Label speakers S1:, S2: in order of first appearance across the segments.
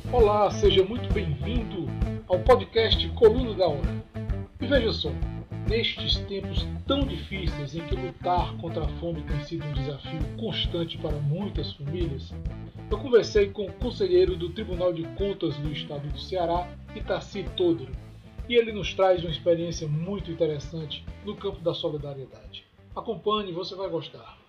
S1: Olá, seja muito bem-vindo ao podcast Coluna da Hora. E veja só, nestes tempos tão difíceis em que lutar contra a fome tem sido um desafio constante para muitas famílias, eu conversei com o conselheiro do Tribunal de Contas do Estado do Ceará, Itaci Todero, e ele nos traz uma experiência muito interessante no campo da solidariedade. Acompanhe, você vai gostar.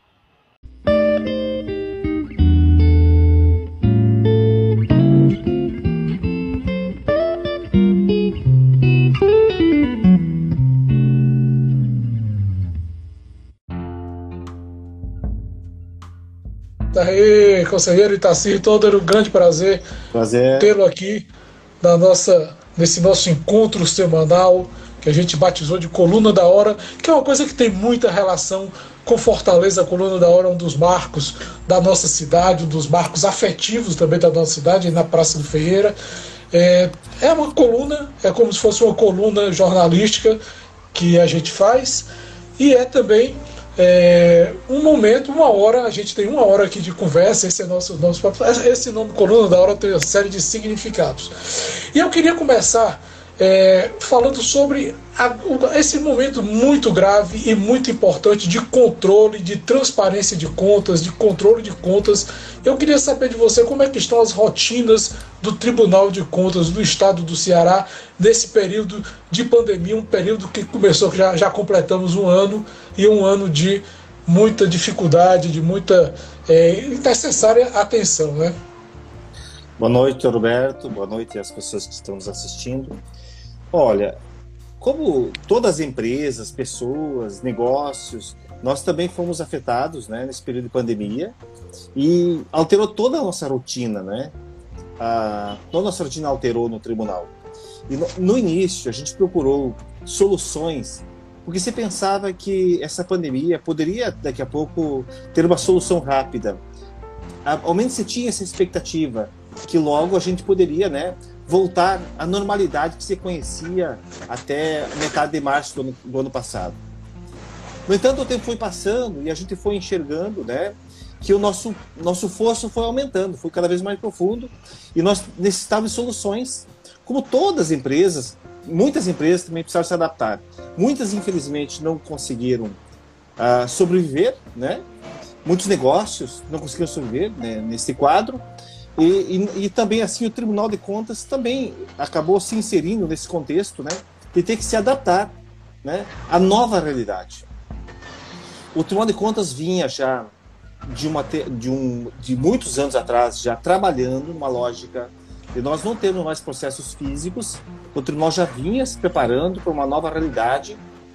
S1: Aí, conselheiro Itaci Todero, grande prazer tê-lo aqui nesse nosso encontro semanal que a gente batizou de Coluna da Hora, que é uma coisa que tem muita relação com Fortaleza. A Coluna da Hora é um dos marcos da nossa cidade, um dos marcos afetivos também da nossa cidade, na Praça do Ferreira. É uma coluna, é como se fosse uma coluna jornalística que a gente faz, e é também um momento, uma hora, a gente tem uma hora aqui de conversa. Esse é nosso papo. Esse nome Coluna da Hora tem uma série de significados. E eu queria começar falando sobre esse momento muito grave e muito importante de controle, de transparência de contas, de controle de contas. Eu queria saber de você como é que estão as rotinas do Tribunal de Contas do Estado do Ceará nesse período de pandemia, um período que começou, que já completamos um ano, e um ano de muita dificuldade, de muita necessária atenção, né?
S2: Boa noite, Roberto. Boa noite às pessoas que estão nos assistindo. Olha, como todas as empresas, pessoas, negócios, nós também fomos afetados, né, nesse período de pandemia, e alterou toda a nossa rotina, né? Toda a nossa rotina alterou no tribunal. E no início a gente procurou soluções, porque se pensava que essa pandemia poderia daqui a pouco ter uma solução rápida. Ao menos se tinha essa expectativa que logo a gente poderia, né, voltar à normalidade que se conhecia até metade de março do ano passado. No entanto, o tempo foi passando e a gente foi enxergando, né, que o nosso fosso foi aumentando, foi cada vez mais profundo, e nós necessitávamos de soluções, como todas as empresas. Muitas empresas também precisaram se adaptar. Muitas, infelizmente, não conseguiram sobreviver, né? Muitos negócios não conseguiram sobreviver, né, nesse quadro. E também, assim, o Tribunal de Contas também acabou se inserindo nesse contexto, né, de ter que se adaptar, né, à nova realidade. O Tribunal de Contas vinha já de muitos anos atrás, já trabalhando numa lógica de nós não termos mais processos físicos. O Tribunal já vinha se preparando para uma nova realidade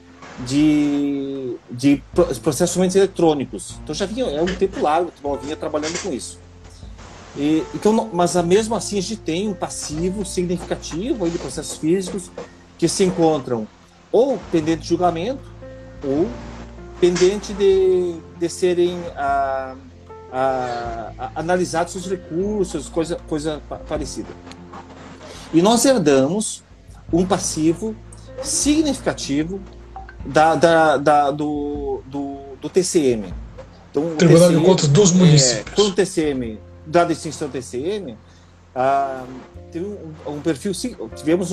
S2: de processamentos eletrônicos. Então já vinha, um tempo largo, o Tribunal vinha trabalhando com isso. Então, mas mesmo assim a gente tem um passivo significativo aí de processos físicos que se encontram ou pendente de julgamento ou pendente de serem analisados os recursos, coisa parecida. E nós herdamos um passivo significativo do TCM. Então,
S1: Tribunal de Contas dos Municípios.
S2: Quando o TCM, dada a extinção do TCM, teve um perfil, tivemos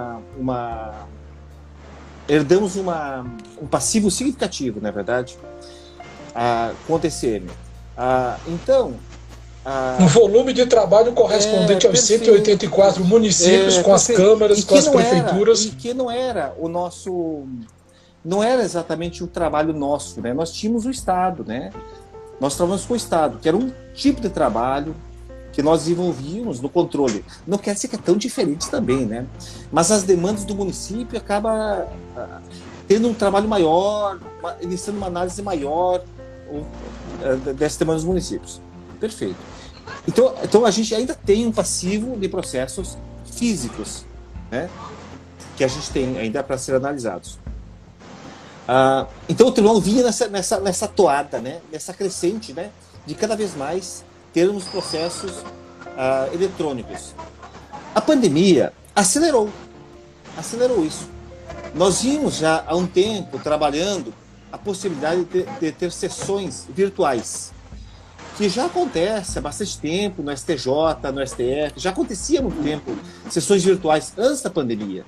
S2: herdamos um passivo significativo, na verdade, com o TCM. Então,
S1: um volume de trabalho correspondente aos 184 municípios, com as câmaras, com as prefeituras.
S2: E que não era o nosso, não era exatamente o trabalho nosso, né? Nós tínhamos o Estado, né? Nós trabalhamos com o Estado, que era um tipo de trabalho que nós desenvolvíamos no controle. Não quer dizer que é tão diferente também, né? Mas as demandas do município acabam tendo um trabalho maior, iniciando uma análise maior dessas demandas dos municípios. Perfeito. Então a gente ainda tem um passivo de processos físicos, né, que a gente tem ainda para ser analisados. Então o tribunal vinha nessa toada, né, nessa crescente, né, de cada vez mais termos processos eletrônicos. A pandemia acelerou isso. Nós vimos já há um tempo trabalhando a possibilidade de ter sessões virtuais, que já acontece há bastante tempo no STJ, no STF, já acontecia há muito tempo, sessões virtuais antes da pandemia.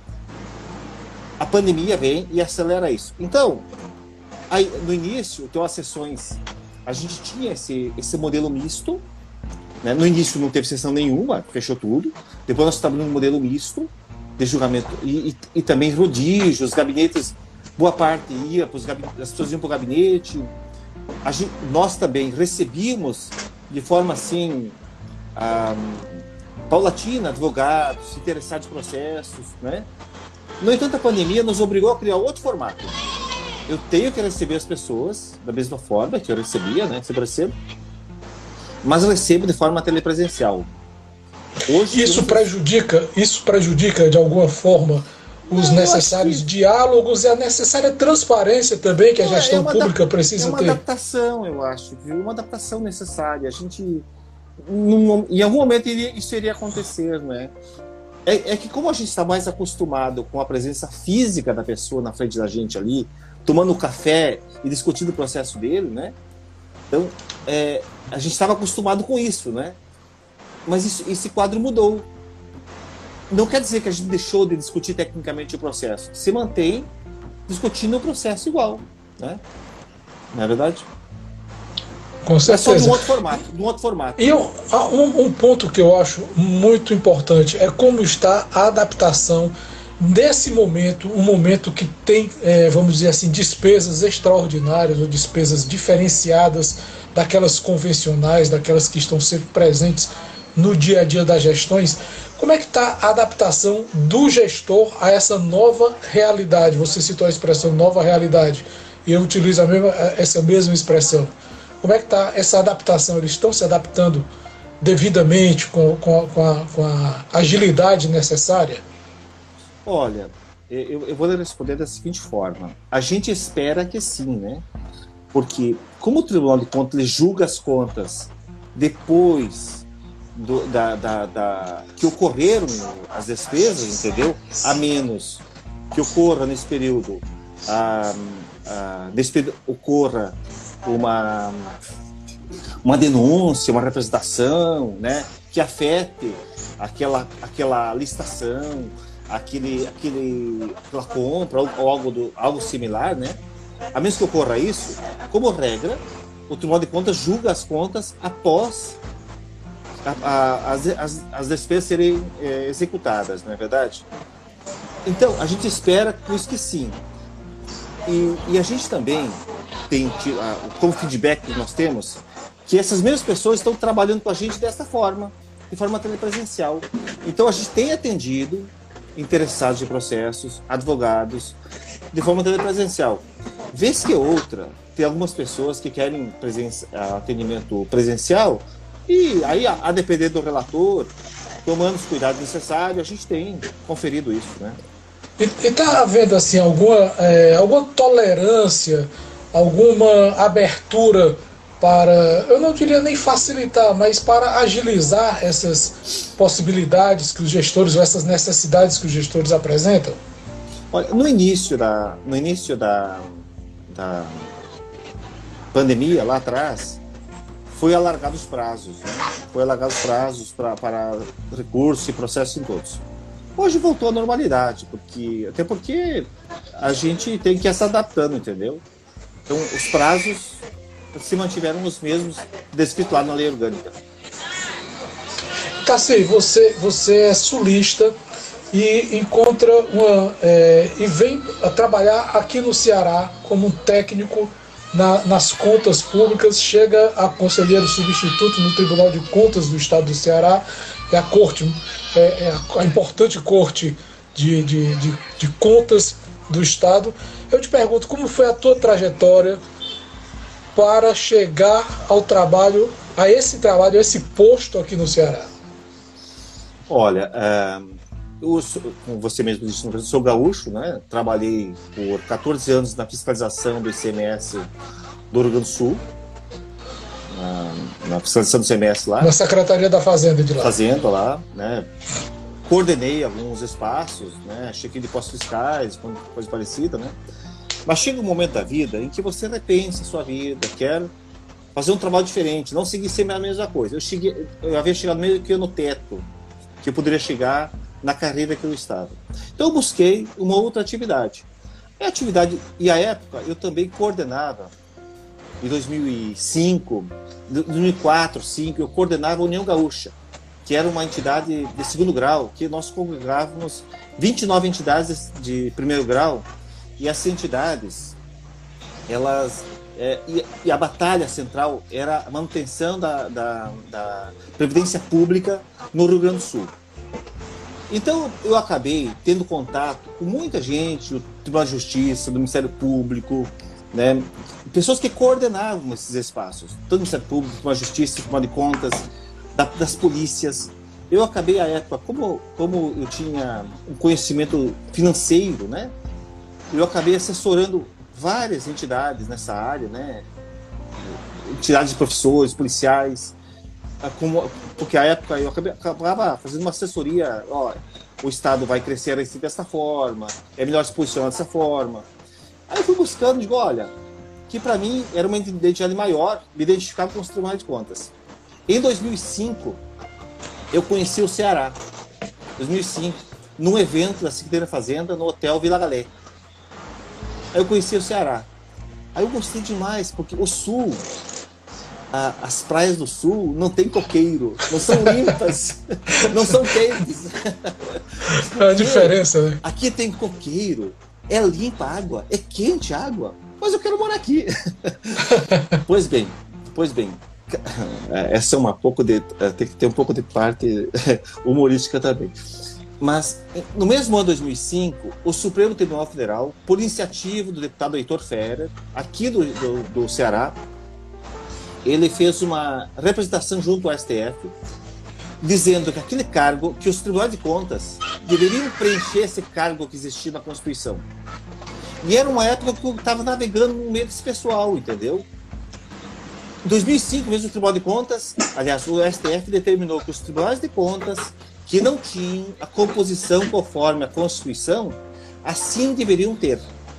S2: A pandemia vem e acelera isso. Então, aí, no início, então, as sessões, a gente tinha esse modelo misto, né? No início não teve sessão nenhuma, fechou tudo. Depois nós estamos num modelo misto de julgamento e também rodízio, os gabinetes, boa parte ia, as pessoas iam para o gabinete. Nós também recebíamos de forma assim paulatina advogados interessados em processos, né? No entanto, a pandemia nos obrigou a criar outro formato. Eu tenho que receber as pessoas da mesma forma que eu recebia, né? Sempre recebo, mas eu recebo de forma telepresencial.
S1: Hoje isso prejudica de alguma forma os necessários diálogos e a necessária transparência também que a gestão pública precisa ter.
S2: É uma adaptação, eu acho, viu? Uma adaptação necessária. A gente, em algum momento, isso iria acontecer, né? É que como a gente está mais acostumado com a presença física da pessoa na frente da gente ali, tomando café e discutindo o processo dele, né? Então, a gente estava acostumado com isso, né? Mas esse quadro mudou. Não quer dizer que a gente deixou de discutir tecnicamente o processo. Se mantém discutindo o processo igual, né? Não é verdade?
S1: Com certeza.
S2: É só de um outro formato.
S1: E um ponto que eu acho muito importante é como está a adaptação nesse momento, um momento que tem, vamos dizer assim, despesas extraordinárias ou despesas diferenciadas daquelas convencionais, daquelas que estão sempre presentes no dia a dia das gestões. Como é que está a adaptação do gestor a essa nova realidade? Você citou a expressão nova realidade, e eu utilizo essa mesma expressão. Como é que está essa adaptação? Eles estão se adaptando devidamente, com a agilidade necessária?
S2: Olha, eu vou responder da seguinte forma. A gente espera que sim, né? Porque como o Tribunal de Contas ele julga as contas depois que ocorreram as despesas, entendeu? A menos que ocorra nesse período, ocorra uma denúncia, uma representação, né, que afete aquela licitação, aquela compra ou algo similar, né? A menos que ocorra isso, como regra, o Tribunal de Contas julga as contas após as despesas serem executadas, não é verdade? Então, a gente espera com isso que sim. E a gente também tem, como feedback que nós temos, que essas mesmas pessoas estão trabalhando com a gente dessa forma, de forma telepresencial. Então, a gente tem atendido interessados em processos, advogados, de forma telepresencial. Vez que outra, tem algumas pessoas que querem atendimento presencial, e aí, a depender do relator, tomando os cuidados necessários, a gente tem conferido isso, né?
S1: E está havendo assim, alguma tolerância, alguma abertura para, eu não diria nem facilitar, mas para agilizar essas possibilidades que os gestores, ou essas necessidades que os gestores apresentam?
S2: Olha, no início da pandemia, lá atrás, foi alargado os prazos, né? Foi alargado os prazos para recursos e processos em todos. Hoje voltou à normalidade, até porque a gente tem que ir se adaptando, entendeu? Então, os prazos se mantiveram os mesmos descritos lá na lei orgânica.
S1: Cassi, você é sulista e encontra e vem a trabalhar aqui no Ceará como um técnico nas contas públicas, chega a conselheiro substituto no Tribunal de Contas do Estado do Ceará, é a corte, a importante corte de contas do Estado. Eu te pergunto, como foi a tua trajetória para chegar a esse posto aqui no Ceará?
S2: Olha, como você mesmo disse, eu sou gaúcho, né? Trabalhei por 14 anos na fiscalização do ICMS do Rio Grande do Sul, na fiscalização do ICMS lá.
S1: Na Secretaria da Fazenda de lá.
S2: Fazenda lá, né? Coordenei alguns espaços, né? Chequei de postos fiscais, coisa parecida, né? Mas chega um momento da vida em que você repensa a sua vida, quer fazer um trabalho diferente, não seguir sempre a mesma coisa. Eu havia chegado meio que no teto que eu poderia chegar na carreira que eu estava. Então eu busquei uma outra atividade. E a época eu também coordenava, em 2005, 2004, 2005, eu coordenava a União Gaúcha, que era uma entidade de segundo grau, que nós congregávamos 29 entidades de primeiro grau, e essas entidades, e a batalha central era a manutenção da Previdência Pública no Rio Grande do Sul. Então eu acabei tendo contato com muita gente do Tribunal de Justiça, do Ministério Público, né? Pessoas que coordenavam esses espaços, todo o Ministério Público, do Tribunal de Justiça, Tribunal de Contas, das polícias. Eu acabei, à época, como eu tinha um conhecimento financeiro, né? Eu acabei assessorando várias entidades nessa área, né? Entidades de professores, policiais, porque à época eu acabava fazendo uma assessoria, o Estado vai crescer assim, dessa forma, é melhor se posicionar dessa forma. Aí eu fui buscando, digo, olha, que para mim era uma identidade maior, me identificava com os tribunais de contas. Em 2005, eu conheci o Ceará, 2005, num evento da Secretaria da Fazenda, no Hotel Vila Galé. Aí eu conheci o Ceará. Aí eu gostei demais, porque o Sul, as praias do Sul não tem coqueiro, não são limpas, não são quentes.
S1: É a diferença, né?
S2: Aqui tem coqueiro, é limpa a água, é quente a água, mas eu quero morar aqui. Pois bem, essa é tem que ter um pouco de parte humorística também. Mas, no mesmo ano de 2005, o Supremo Tribunal Federal, por iniciativa do deputado Heitor Ferrer, aqui do Ceará, ele fez uma representação junto ao STF, dizendo que aquele cargo, que os tribunais de contas deveriam preencher esse cargo que existia na Constituição. E era uma época que eu estava navegando no meio desse pessoal, entendeu? Em 2005, mesmo o Tribunal de Contas, aliás, o STF determinou que os tribunais de contas que não tinham a composição conforme a Constituição, assim deveriam ter.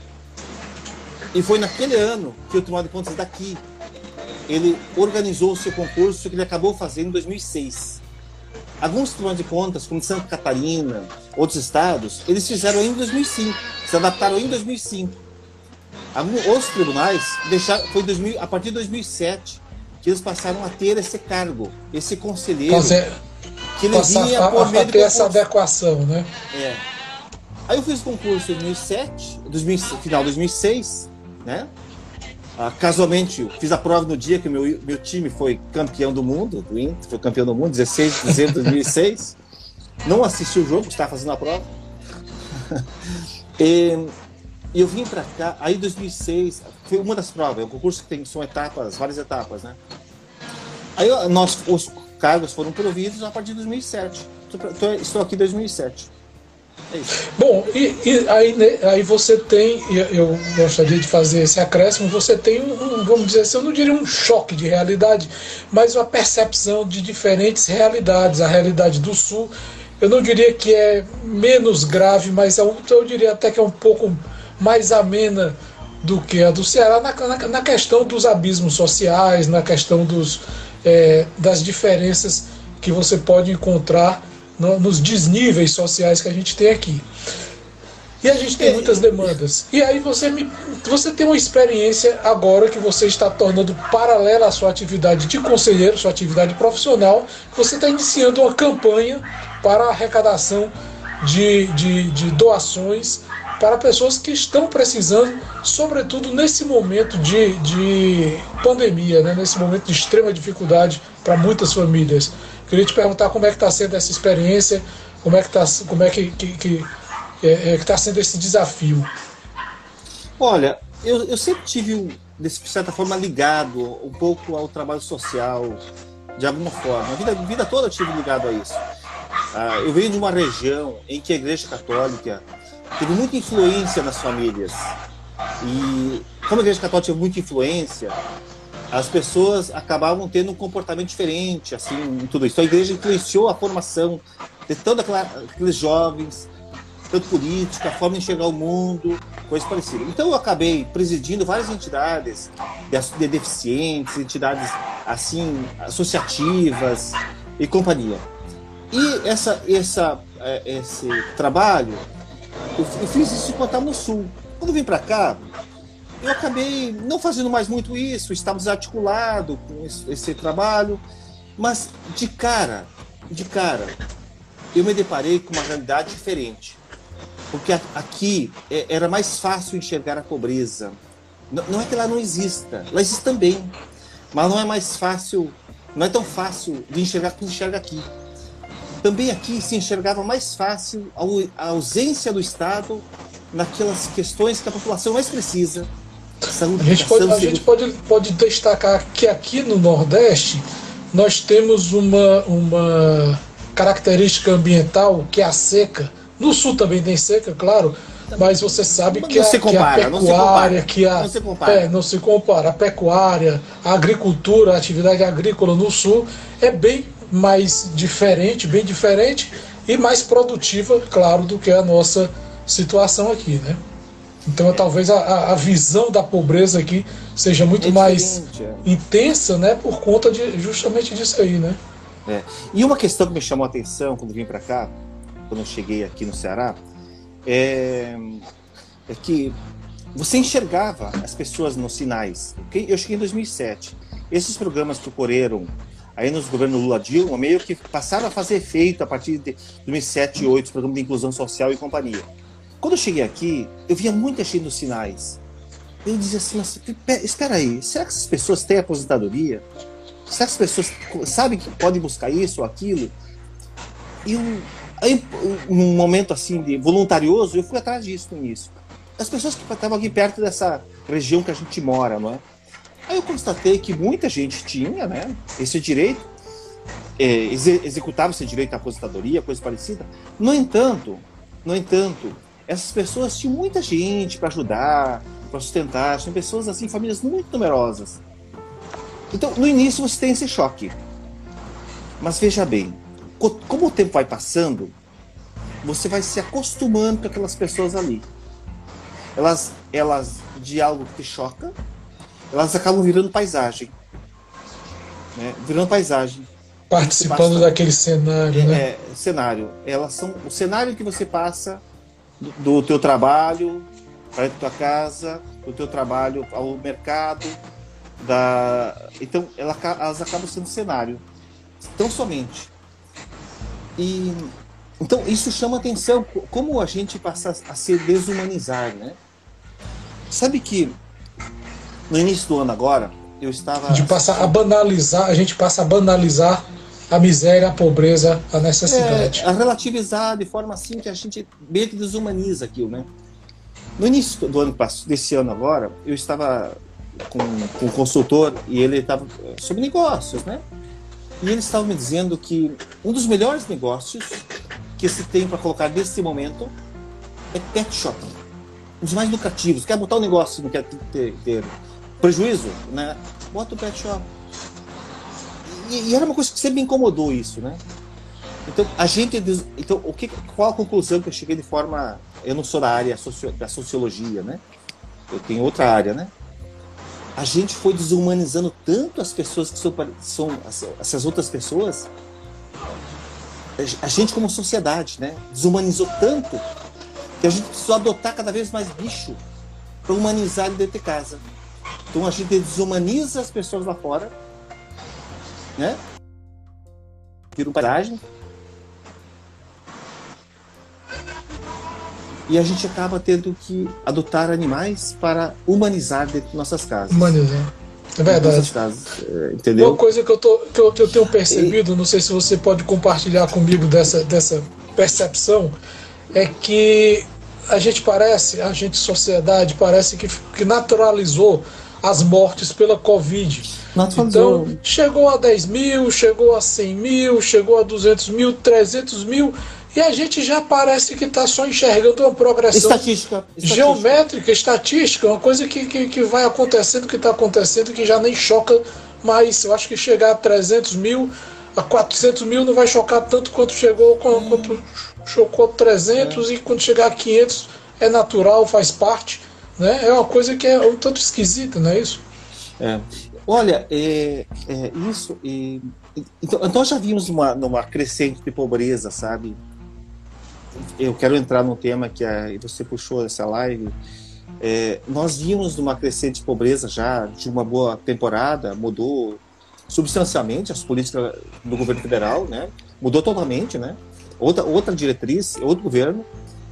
S2: E foi naquele ano que o Tribunal de Contas daqui, ele organizou o seu concurso, que ele acabou fazendo em 2006. Alguns tribunais de contas, como Santa Catarina, outros estados, eles fizeram ainda em 2005, se adaptaram em 2005. Outros tribunais foi a partir de 2007 que eles passaram a ter esse cargo, esse conselheiro, que ele vinha por meio de
S1: ter essa adequação, né?
S2: Aí eu fiz o concurso em 2007, final de 2006, né? Casualmente, eu fiz a prova no dia que o meu time foi campeão do mundo, o Inter foi campeão do mundo, 16 de dezembro de 2006. Não assisti o jogo, estava fazendo a prova. E eu vim para cá, aí em 2006, foi uma das provas, é um concurso que são etapas, várias etapas, né? Aí os cargos foram providos a partir de 2007. Estou aqui em 2007. É isso.
S1: Bom, e aí você tem, eu gostaria de fazer esse acréscimo, você tem vamos dizer assim, eu não diria um choque de realidade, mas uma percepção de diferentes realidades. A realidade do Sul, eu não diria que é menos grave, mas eu diria até que é um pouco mais amena do que a do Ceará, na questão dos abismos sociais, na questão das diferenças que você pode encontrar nos desníveis sociais que a gente tem aqui. E a gente tem muitas demandas. E aí você tem uma experiência agora que você está tornando paralela à sua atividade de conselheiro, sua atividade profissional. Você está iniciando uma campanha para a arrecadação de doações para pessoas que estão precisando, sobretudo nesse momento de pandemia, né? Nesse momento de extrema dificuldade para muitas famílias. Queria te perguntar como é que está sendo essa experiência, como é que está sendo esse desafio.
S2: Olha, eu sempre tive, de certa forma, ligado um pouco ao trabalho social, de alguma forma. A vida toda eu tive ligado a isso. Eu venho de uma região em que a Igreja Católica teve muita influência nas famílias. E como a Igreja Católica teve muita influência, as pessoas acabavam tendo um comportamento diferente, assim, em tudo isso. A igreja influenciou a formação de todos aqueles jovens, tanto política, a forma de enxergar o mundo, coisa parecida. Então eu acabei presidindo várias entidades de deficientes, entidades assim associativas e companhia. E esse trabalho, eu fiz isso enquanto estava no Sul. Quando eu vim para cá, eu acabei não fazendo mais muito isso, estava desarticulado com esse trabalho, mas de cara, eu me deparei com uma realidade diferente. Porque aqui era mais fácil enxergar a pobreza. Não é que ela não exista, ela existe também, mas não é mais fácil, não é tão fácil de enxergar como se enxerga aqui. Também aqui se enxergava mais fácil a ausência do Estado naquelas questões que a população mais precisa. Saúde,
S1: a gente pode destacar que aqui no Nordeste nós temos uma característica ambiental que é a seca. No Sul também tem seca, claro, mas você sabe que a pecuária, não se compara. A pecuária, a agricultura, a atividade agrícola no Sul é bem mais diferente, e mais produtiva, claro, do que a nossa situação aqui, né? Então talvez a visão da pobreza aqui seja muito mais intensa, né, por conta justamente disso aí, né?
S2: E uma questão que me chamou a atenção quando vim para cá, quando eu cheguei aqui no Ceará, é que você enxergava as pessoas nos sinais. Okay? Eu cheguei em 2007. Esses programas que ocorreram aí nos governos Lula-Dilma meio que passaram a fazer efeito a partir de 2007 e 2008, os programas de inclusão social e companhia. Quando eu cheguei aqui, eu via muita gente nos sinais. Eu dizia assim, mas espera aí, será que essas pessoas têm aposentadoria? Será que as pessoas sabem que podem buscar isso ou aquilo? E aí, num momento assim de voluntarioso, eu fui atrás disso no início. As pessoas que estavam aqui perto dessa região que a gente mora, não é? Aí eu constatei que muita gente tinha, né, esse direito, executava esse direito à aposentadoria, coisa parecida. No entanto, essas pessoas tinham muita gente para ajudar, para sustentar, são pessoas assim, famílias muito numerosas. Então, no início você tem esse choque. Mas veja bem, como o tempo vai passando, você vai se acostumando com aquelas pessoas ali. Elas de algo que te choca, elas acabam virando paisagem. Né? Virando paisagem.
S1: Participando daquele cenário, né?
S2: Cenário. Elas são o cenário que você passa do teu trabalho para a tua casa, do teu trabalho ao mercado. Então, elas acabam sendo cenário. Tão somente. Então, isso chama atenção. Como a gente passa a se desumanizar, né? Sabe que no início do ano agora, eu estava...
S1: A gente passa a banalizar a miséria, a pobreza, a necessidade.
S2: A relativizar de forma assim que a gente meio que desumaniza aquilo, né? No início do ano, desse ano agora, eu estava com um consultor e ele estava sobre negócios, né? E ele estava me dizendo que um dos melhores negócios que se tem para colocar nesse momento é pet shop. Um dos mais lucrativos. Quer botar um negócio, não quer ter prejuízo, né? Bota o pet shop. E era uma coisa que sempre me incomodou isso, né? Então, qual a conclusão que eu cheguei de forma... Eu não sou da área da sociologia, né? Eu tenho outra área, né? A gente foi desumanizando tanto as pessoas que são essas outras pessoas. A gente como sociedade, né? Desumanizou tanto que a gente precisou adotar cada vez mais bicho para humanizar dentro de casa. Então a gente desumaniza as pessoas lá fora, né? Vira uma paisagem. E a gente acaba tendo que adotar animais para humanizar dentro de nossas casas.
S1: Humanizar. É verdade.
S2: Casas, entendeu?
S1: Uma coisa que eu tenho percebido, não sei se você pode compartilhar comigo dessa percepção, é que a sociedade, parece que naturalizou as mortes pela Covid. Então, chegou a 10 mil, chegou a 100 mil, chegou a 200 mil, 300 mil, e a gente já parece que está só enxergando uma progressão geométrica, estatística, uma coisa que vai acontecendo, que está acontecendo, que já nem choca mais. Eu acho que chegar a 300 mil, a 400 mil não vai chocar tanto quanto chegou, quanto chocou 300 e quando chegar a 500 é natural, faz parte, né? É uma coisa que é um tanto esquisita, não é isso?
S2: Olha, isso. Então, nós já vimos numa crescente de pobreza, sabe? Eu quero entrar num tema que você puxou essa live. Nós vimos numa crescente de pobreza já de uma boa temporada, mudou substancialmente as políticas do governo federal, né? Mudou totalmente, né? Outra diretriz, outro governo.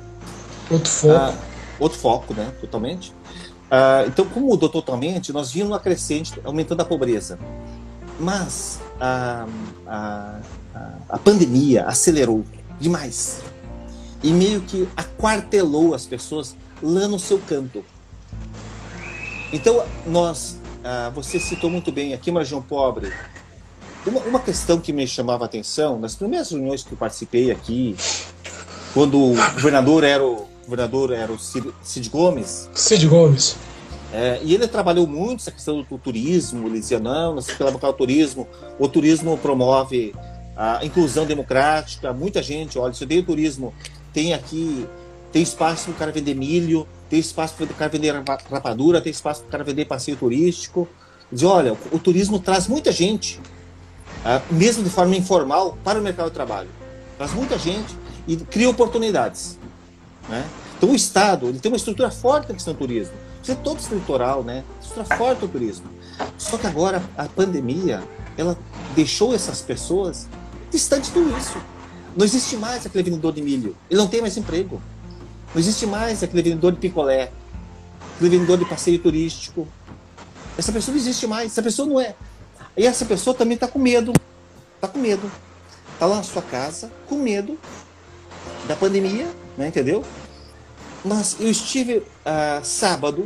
S2: Outro foco, né? Totalmente. Então, como mudou totalmente, nós vimos uma crescente, aumentando a pobreza. Mas a pandemia acelerou demais. E meio que aquartelou as pessoas lá no seu canto. Então, você citou muito bem aqui uma região pobre. Uma questão que me chamava a atenção, nas primeiras reuniões que eu participei aqui, quando o governador era o Cid Gomes.
S1: Cid Gomes.
S2: E ele trabalhou muito essa questão do turismo. Ele dizia, não se quer colocar o turismo promove a inclusão democrática. Muita gente, olha, se eu dei o turismo, tem espaço para o cara vender milho, tem espaço para o cara vender rapadura, tem espaço para o cara vender passeio turístico. Diz, olha, o turismo traz muita gente, mesmo de forma informal, para o mercado de trabalho. Traz muita gente e cria oportunidades, né? Então o Estado ele tem uma estrutura forte na questão do turismo. Isso é todo estrutural, né? Estrutura forte do turismo. Só que agora a pandemia, ela deixou essas pessoas distantes de tudo isso. Não existe mais aquele vendedor de milho. Ele não tem mais emprego. Não existe mais aquele vendedor de picolé, aquele vendedor de passeio turístico. Essa pessoa não existe mais. Essa pessoa não é. E essa pessoa também está com medo. Está com medo. Está lá na sua casa, com medo da pandemia, né, entendeu? Mas eu estive sábado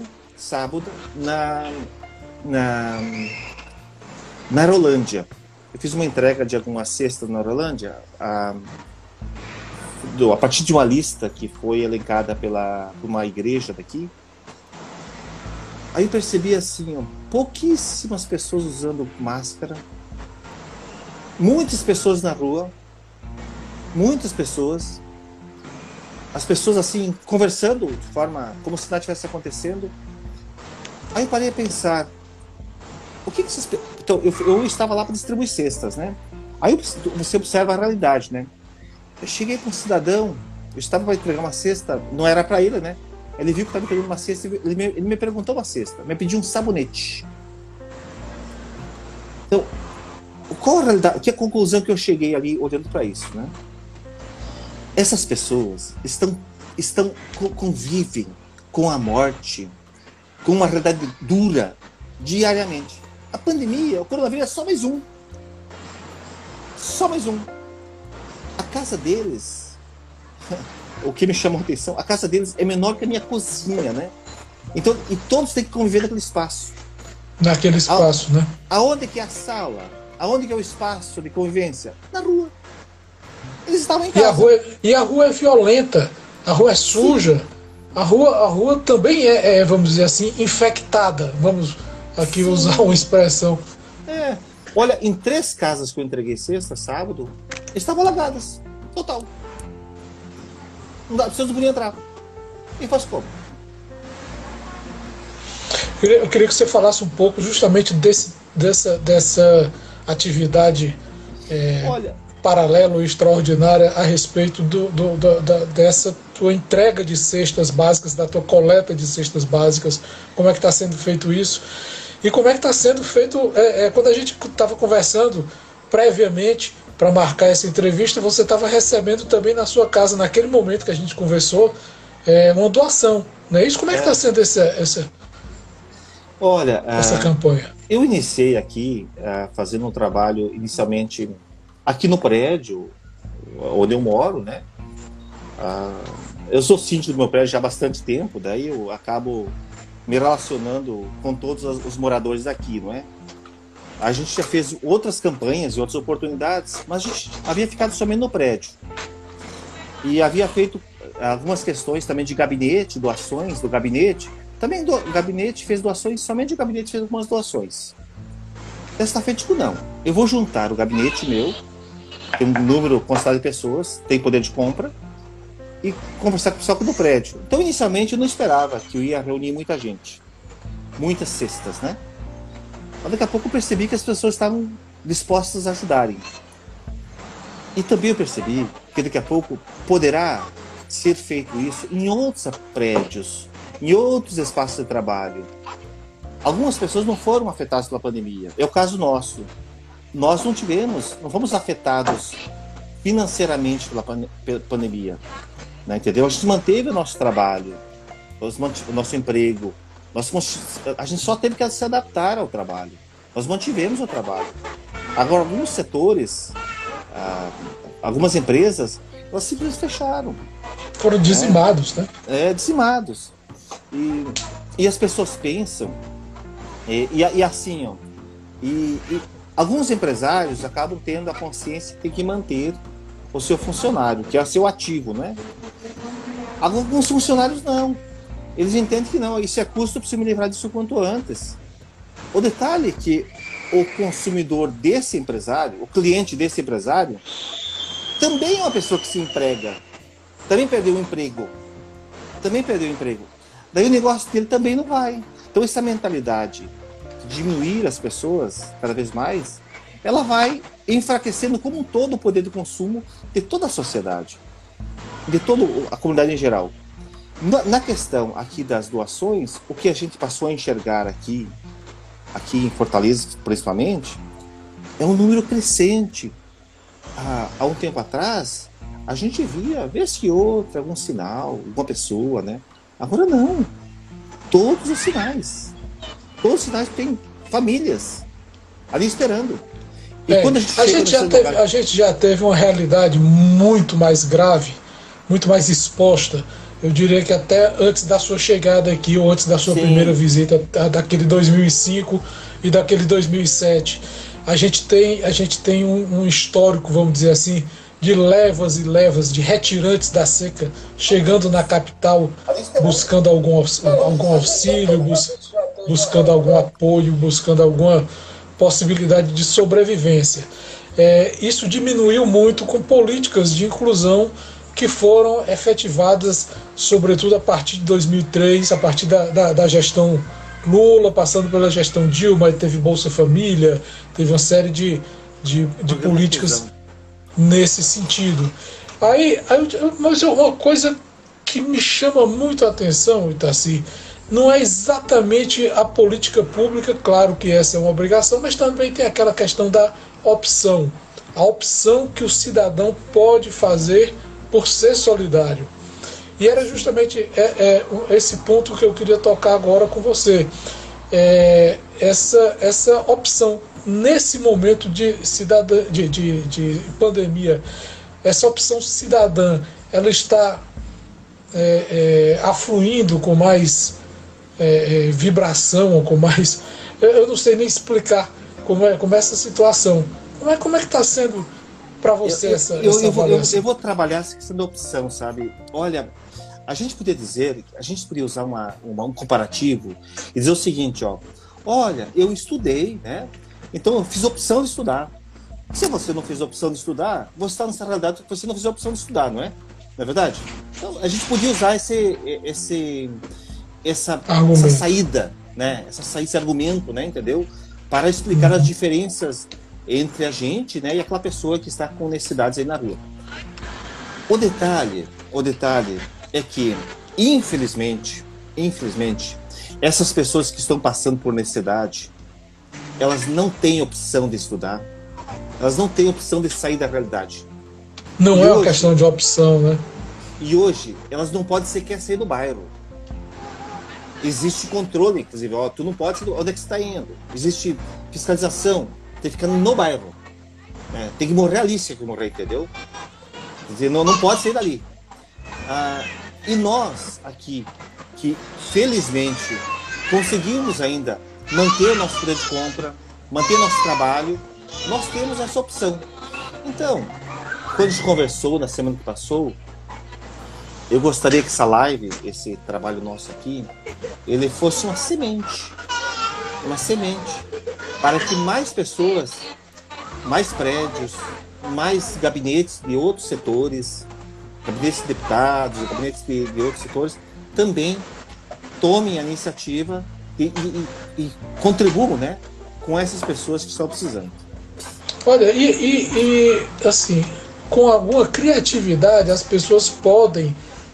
S2: na Aerolândia. Eu fiz uma entrega de algumas cestas na Aerolândia a partir de uma lista que foi elencada por uma igreja daqui. Aí eu percebi assim, pouquíssimas pessoas usando máscara, muitas pessoas na rua, muitas pessoas, as pessoas assim conversando de forma como se nada estivesse acontecendo. Aí eu parei a pensar, o que vocês... Então, eu estava lá para distribuir cestas, né? Aí você observa a realidade, né? Eu cheguei com um cidadão, eu estava para entregar uma cesta, não era para ele, né? Ele viu que estava me pegando uma cesta, ele me perguntou uma cesta, me pediu um sabonete. Então, qual a realidade, que é a conclusão que eu cheguei ali olhando para isso, né? Essas pessoas convivem com a morte, com uma realidade dura, diariamente. A pandemia, o coronavírus é só mais um. Só mais um. A casa deles, o que me chamou a atenção, a casa deles é menor que a minha cozinha, né? Então, e todos têm que conviver naquele espaço.
S1: Naquele espaço, né?
S2: Aonde que é a sala? Aonde que é o espaço de convivência? Na rua. Eles estavam em casa.
S1: E a rua é violenta, a rua é suja. A rua também vamos dizer assim, infectada. Vamos aqui usar uma expressão.
S2: Olha, em 3 casas que eu entreguei sexta, sábado, estavam alagadas. Total. Não dá, vocês não podiam entrar. E faz como?
S1: Eu queria que você falasse um pouco justamente dessa atividade paralela e extraordinária a respeito dessa tua entrega de cestas básicas, da tua coleta de cestas básicas, como é que está sendo feito isso e como é que está sendo feito. Quando a gente estava conversando previamente para marcar essa entrevista, você estava recebendo também na sua casa, naquele momento que a gente conversou, uma doação, não é isso? Como é que está sendo essa campanha?
S2: Eu iniciei aqui fazendo um trabalho inicialmente aqui no prédio onde eu moro, né? Eu sou síndico do meu prédio já há bastante tempo, daí eu acabo me relacionando com todos os moradores daqui, não é? A gente já fez outras campanhas e outras oportunidades, mas a gente havia ficado somente no prédio. E havia feito algumas questões também de gabinete, doações do gabinete. Também o gabinete fez doações, somente o gabinete fez algumas doações. Desta feita, tipo, não. Eu vou juntar o gabinete meu, tem um número constante de pessoas, tem poder de compra, e conversar com o pessoal do prédio. Então, inicialmente, eu não esperava que eu ia reunir muita gente. Muitas cestas, né? Mas daqui a pouco eu percebi que as pessoas estavam dispostas a ajudarem. E também eu percebi que daqui a pouco poderá ser feito isso em outros prédios, em outros espaços de trabalho. Algumas pessoas não foram afetadas pela pandemia. É o caso nosso. Nós não fomos afetados financeiramente pela pandemia. Né, entendeu? A gente manteve o nosso trabalho, o nosso emprego. A gente só teve que se adaptar ao trabalho. Nós mantivemos o trabalho. Agora, alguns setores, algumas empresas, elas simplesmente fecharam.
S1: Foram dizimados, né?
S2: Dizimados. E as pessoas pensam, e assim, ó, e alguns empresários acabam tendo a consciência que tem que manter o seu funcionário, que é o seu ativo, né? Alguns funcionários não. Eles entendem que não, isso é custo, eu preciso me livrar disso quanto antes. O detalhe é que o consumidor desse empresário, o cliente desse empresário, também é uma pessoa que se emprega. Também perdeu o emprego. Daí o negócio dele também não vai. Então essa mentalidade de diminuir as pessoas cada vez mais, ela vai enfraquecendo como um todo o poder de consumo de toda a sociedade, de toda a comunidade em geral. Na questão aqui das doações, o que a gente passou a enxergar aqui em Fortaleza principalmente, é um número crescente. Há um tempo atrás, a gente via, vez que outra, algum sinal, alguma pessoa, né? Agora não. Todos os sinais têm famílias ali esperando. E quando
S1: a gente já teve uma realidade muito mais grave, muito mais exposta. Eu diria que até antes da sua chegada aqui, ou antes da sua primeira visita, daquele 2005 e daquele 2007, a gente tem um histórico, vamos dizer assim, de levas e levas de retirantes da seca chegando na capital, buscando algum auxílio, buscando algum apoio, buscando alguma possibilidade de sobrevivência. Isso diminuiu muito com políticas de inclusão que foram efetivadas, sobretudo a partir de 2003, a partir da gestão Lula, passando pela gestão Dilma, teve Bolsa Família, teve uma série de políticas nesse sentido. Mas uma coisa que me chama muito a atenção, Itaci, não é exatamente a política pública, claro que essa é uma obrigação, mas também tem aquela questão da opção. A opção que o cidadão pode fazer por ser solidário. E era justamente esse ponto que eu queria tocar agora com você. Essa opção, nesse momento de pandemia, essa opção cidadã, ela está afluindo com mais vibração, com mais... Eu não sei nem explicar como é essa situação. Como é que está sendo para você essa avaliação?
S2: Eu vou trabalhar essa questão da opção, sabe? Olha, a gente poderia usar um comparativo e dizer o seguinte, ó. Olha, eu estudei, né? Então eu fiz opção de estudar. Se você não fez a opção de estudar, você está nessa realidade que você não fez a opção de estudar, não é? Não é verdade? Então a gente podia usar essa saída, né? Esse argumento, né? Entendeu? Para explicar as diferenças entre a gente, né, e aquela pessoa que está com necessidades aí na rua. O detalhe é que, infelizmente, essas pessoas que estão passando por necessidade, elas não têm opção de estudar, elas não têm opção de sair da realidade.
S1: Não é uma questão de opção, né?
S2: E hoje, elas não podem sequer sair do bairro. Existe controle, inclusive, ó, tu não pode, onde é que você está indo? Existe fiscalização. Tem que ficar no bairro. Tem que morrer ali se morrer, entendeu? Quer dizer, não pode sair dali. E nós aqui, que felizmente conseguimos ainda manter o nosso poder de compra, manter o nosso trabalho, nós temos essa opção. Então, quando a gente conversou na semana que passou, eu gostaria que essa live, esse trabalho nosso aqui, ele fosse uma semente para que mais pessoas, mais prédios, mais gabinetes de outros setores gabinetes de deputados, gabinetes de outros setores, também tomem a iniciativa e contribuam, né, com essas pessoas que estão precisando.
S1: Olha, assim, com alguma criatividade, as pessoas podem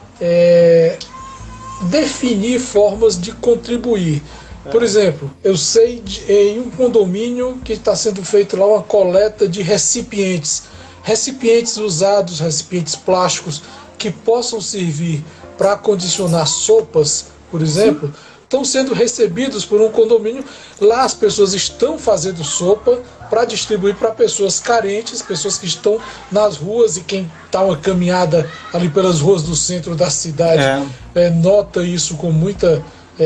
S1: definir formas de contribuir. Por exemplo, eu sei em um condomínio que está sendo feito lá uma coleta de recipientes usados, recipientes plásticos que possam servir para acondicionar sopas, por exemplo. Sim. Estão sendo recebidos por um condomínio. Lá as pessoas estão fazendo sopa para distribuir para pessoas carentes, pessoas que estão nas ruas, e quem está uma caminhada ali pelas ruas do centro da cidade nota isso com muita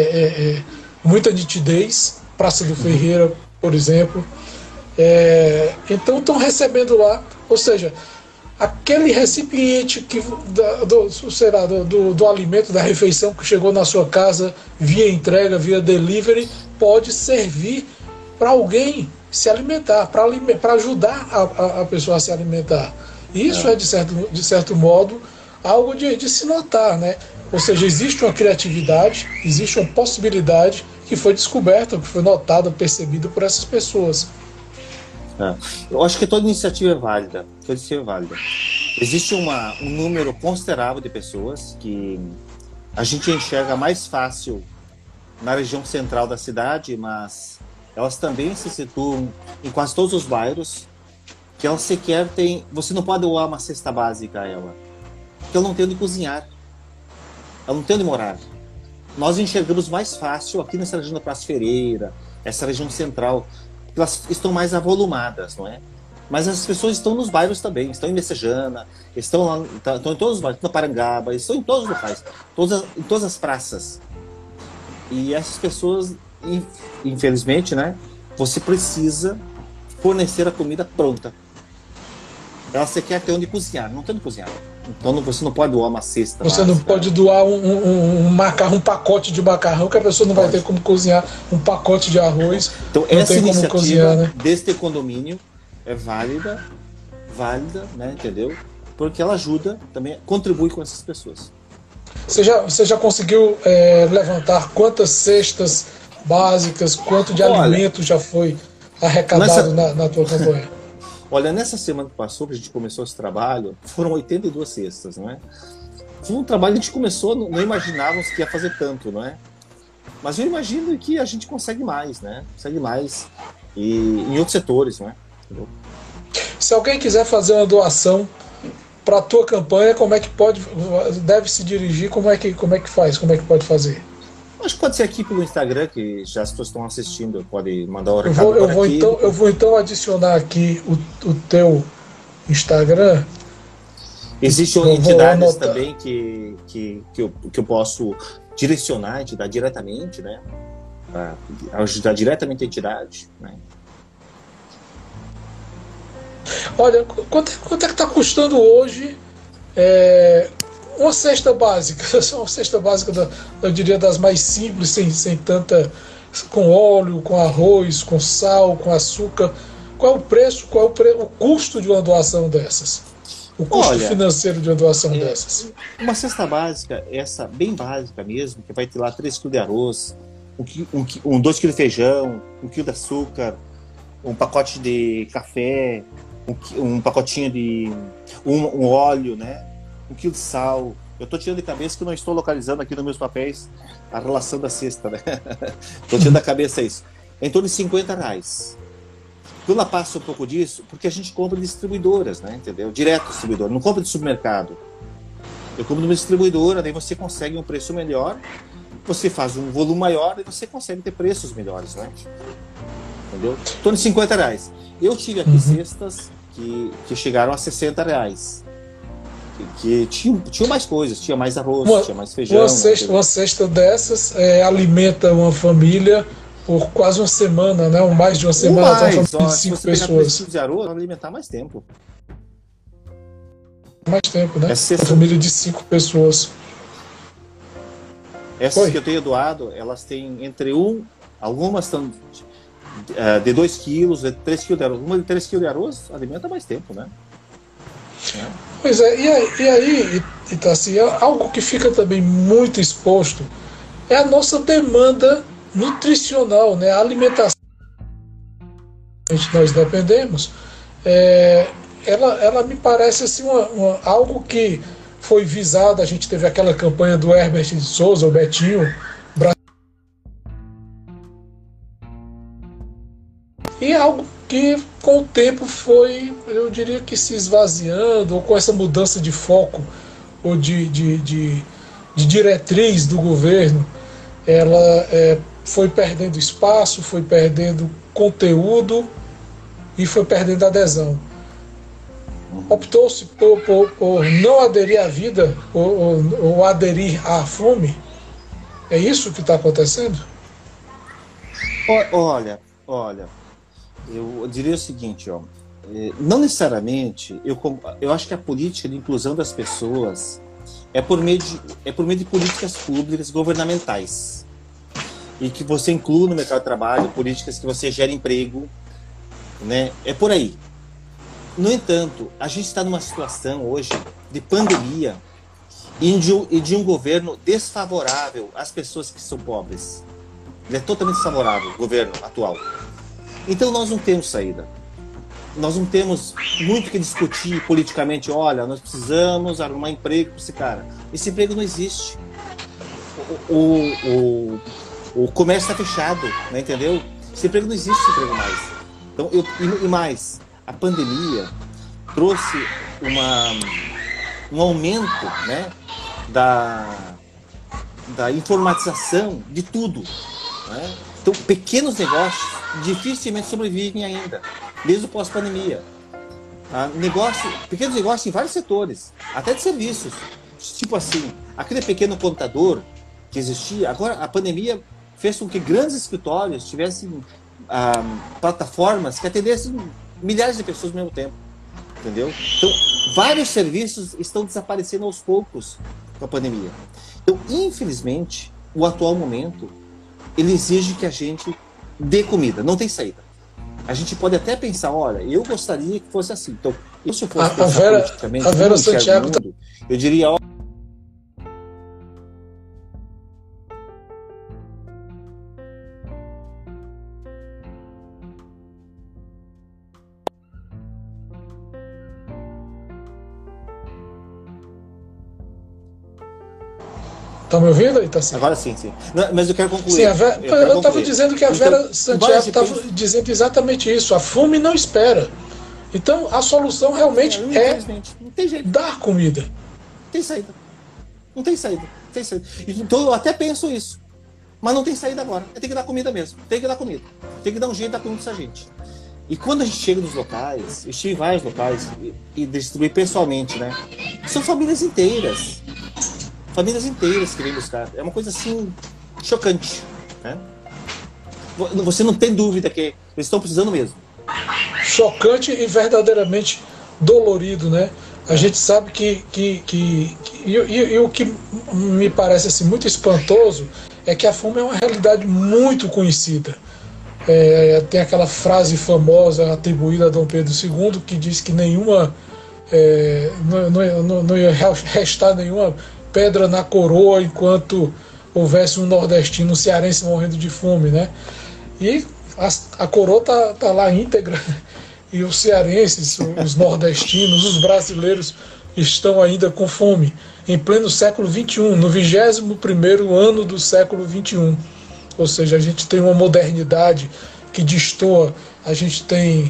S1: nitidez. Praça do Ferreira, por exemplo. Então estão recebendo lá, ou seja, aquele recipiente do alimento, da refeição que chegou na sua casa via entrega, via delivery, pode servir para alguém se alimentar, para ajudar a pessoa a se alimentar. Isso é de certo modo, algo de se notar, né? Ou seja, existe uma criatividade, existe uma possibilidade que foi descoberta, que foi notada, percebida por essas pessoas.
S2: Eu acho que toda iniciativa é válida. Existe um número considerável de pessoas que a gente enxerga mais fácil na região central da cidade, mas elas também se situam em quase todos os bairros, que elas sequer têm... Você não pode doar uma cesta básica a ela, porque ela não tem onde cozinhar, ela não tem onde morar. Nós enxergamos mais fácil aqui nessa região da Praça Ferreira, essa região central, elas estão mais avolumadas, não é? Mas as pessoas estão nos bairros também, estão em Messejana, estão em todos os bairros, na Parangaba, estão em todos os locais, em todas as praças. E essas pessoas, infelizmente, né, você precisa fornecer a comida pronta. Ela sequer ter onde cozinhar, não tem onde cozinhar. Então você não pode doar uma cesta.
S1: Você não pode doar um pacote de macarrão, que a pessoa não vai ter como cozinhar, um pacote de arroz.
S2: Então essa iniciativa cozinhar, né? Deste condomínio é válida, né, entendeu? Porque ela ajuda também, contribui com essas pessoas.
S1: Você já conseguiu levantar quantas cestas básicas, quanto de alimento já foi arrecadado na tua campanha?
S2: Olha, nessa semana que passou, que a gente começou esse trabalho, foram 82 cestas, não é? Foi um trabalho que a gente começou, não imaginávamos que ia fazer tanto, não é? Mas eu imagino que a gente consegue mais, né? Consegue mais em outros setores, não é? Entendeu?
S1: Se alguém quiser fazer uma doação para a tua campanha, como é que deve se dirigir, como é que faz, como é que pode fazer?
S2: Acho que pode ser aqui pelo Instagram, que já as pessoas estão assistindo, pode mandar o recado aqui.
S1: Eu vou então adicionar aqui o teu Instagram.
S2: Existem entidades também que eu posso direcionar, entidade diretamente, né? Para ajudar diretamente a entidade, né?
S1: Olha, quanto é que está custando hoje uma cesta básica? Uma cesta básica, eu diria, das mais simples, sem tanta... com óleo, com arroz, com sal, com açúcar. Qual é o preço, o custo de uma doação dessas? O custo financeiro de uma doação dessas?
S2: Uma cesta básica, essa bem básica mesmo, que vai ter lá 3 kg de arroz, 2 kg de feijão, 1 kg de açúcar, um pacote de café, um pacotinho de um óleo, né? 1 kg de sal. Eu estou tirando de cabeça que eu não estou localizando aqui nos meus papéis a relação da cesta, né? Estou tirando da cabeça isso. É em torno de R$50. Quando ela passa um pouco disso, porque a gente compra de distribuidoras, né? Entendeu? Direto distribuidor, não compra de supermercado. Eu compro de uma distribuidora, daí você consegue um preço melhor, você faz um volume maior e você consegue ter preços melhores, né? Entendeu? Em torno de R$50. Eu tive aqui cestas que chegaram a R$60. Que tinha mais coisas, tinha mais arroz, tinha mais feijão.
S1: Uma cesta dessas alimenta uma família por quase uma semana, né? Ou mais de uma semana,
S2: uma família
S1: de 5 pessoas.
S2: Se você de arroz, vai alimentar mais tempo.
S1: Mais tempo, né? Uma família de 5 pessoas.
S2: Essas que eu tenho doado, elas têm entre algumas estão de 2 quilos, de 3 quilos de arroz. Uma de 3 quilos de arroz alimenta mais tempo, né?
S1: Pois é, e aí Itaci, algo que fica também muito exposto é a nossa demanda nutricional, né? A alimentação que nós dependemos, ela me parece assim, algo que foi visado. A gente teve aquela campanha do Herbert de Souza, o Betinho, e algo que com o tempo foi, eu diria que se esvaziando, ou com essa mudança de foco, ou de diretriz do governo, ela foi perdendo espaço, foi perdendo conteúdo e foi perdendo adesão. Optou-se por não aderir à vida, ou aderir à fome. É isso que está acontecendo?
S2: Olha, eu diria o seguinte, não necessariamente, eu acho que a política de inclusão das pessoas é por meio de políticas públicas governamentais, e que você inclua no mercado de trabalho políticas que você gere emprego, né? É por aí. No entanto, a gente está numa situação hoje de pandemia e de um governo desfavorável às pessoas que são pobres. Ele é totalmente desfavorável, o governo atual. Então nós não temos saída. Nós não temos muito que discutir politicamente. Olha, nós precisamos arrumar emprego para esse cara. Esse emprego não existe. O comércio está fechado, né, entendeu? Esse emprego não existe, esse emprego mais. Então, e mais, a pandemia trouxe um aumento, né, da informatização de tudo, né? Então, pequenos negócios dificilmente sobrevivem ainda, desde o pós-pandemia. Pequenos negócios em vários setores, até de serviços. Tipo assim, aquele pequeno contador que existia, agora a pandemia fez com que grandes escritórios tivessem plataformas que atendessem milhares de pessoas ao mesmo tempo. Entendeu? Então, vários serviços estão desaparecendo aos poucos com a pandemia. Então, infelizmente, o atual momento, ele exige que a gente dê comida, não tem saída. A gente pode até pensar, olha, eu gostaria que fosse assim. Então, se eu fosse pensar politicamente,
S1: a Vera Santiago
S2: mundo, eu diria, ó,
S1: tá me ouvindo, Itaci?
S2: Agora sim. Não, mas eu quero concluir.
S1: Sim, eu estava dizendo que a Vera Santiago estava dizendo exatamente isso. A fome não espera. Então, a solução realmente
S2: não tem jeito.
S1: Dar comida.
S2: Não tem saída. Então, eu até penso isso. Mas não tem saída agora. Tem que dar comida mesmo. Tem que dar comida. Tem que dar um jeito de dar comida pra essa gente. E quando a gente chega nos locais, eu estive em vários locais e distribuí pessoalmente, né? São famílias inteiras. Famílias inteiras que vêm buscar. É uma coisa assim chocante, né? Você não tem dúvida que eles estão precisando mesmo.
S1: Chocante e verdadeiramente dolorido, né? A gente sabe e o que me parece assim, muito espantoso é que a fome é uma realidade muito conhecida. Tem aquela frase famosa atribuída a Dom Pedro II que diz que nenhuma não ia restar nenhuma pedra na coroa enquanto houvesse um nordestino, um cearense morrendo de fome, né? E a coroa tá lá íntegra, e os cearenses, os nordestinos, os brasileiros estão ainda com fome, em pleno século XXI, no 21º ano do século XXI. Ou seja, a gente tem uma modernidade que destoa, a gente tem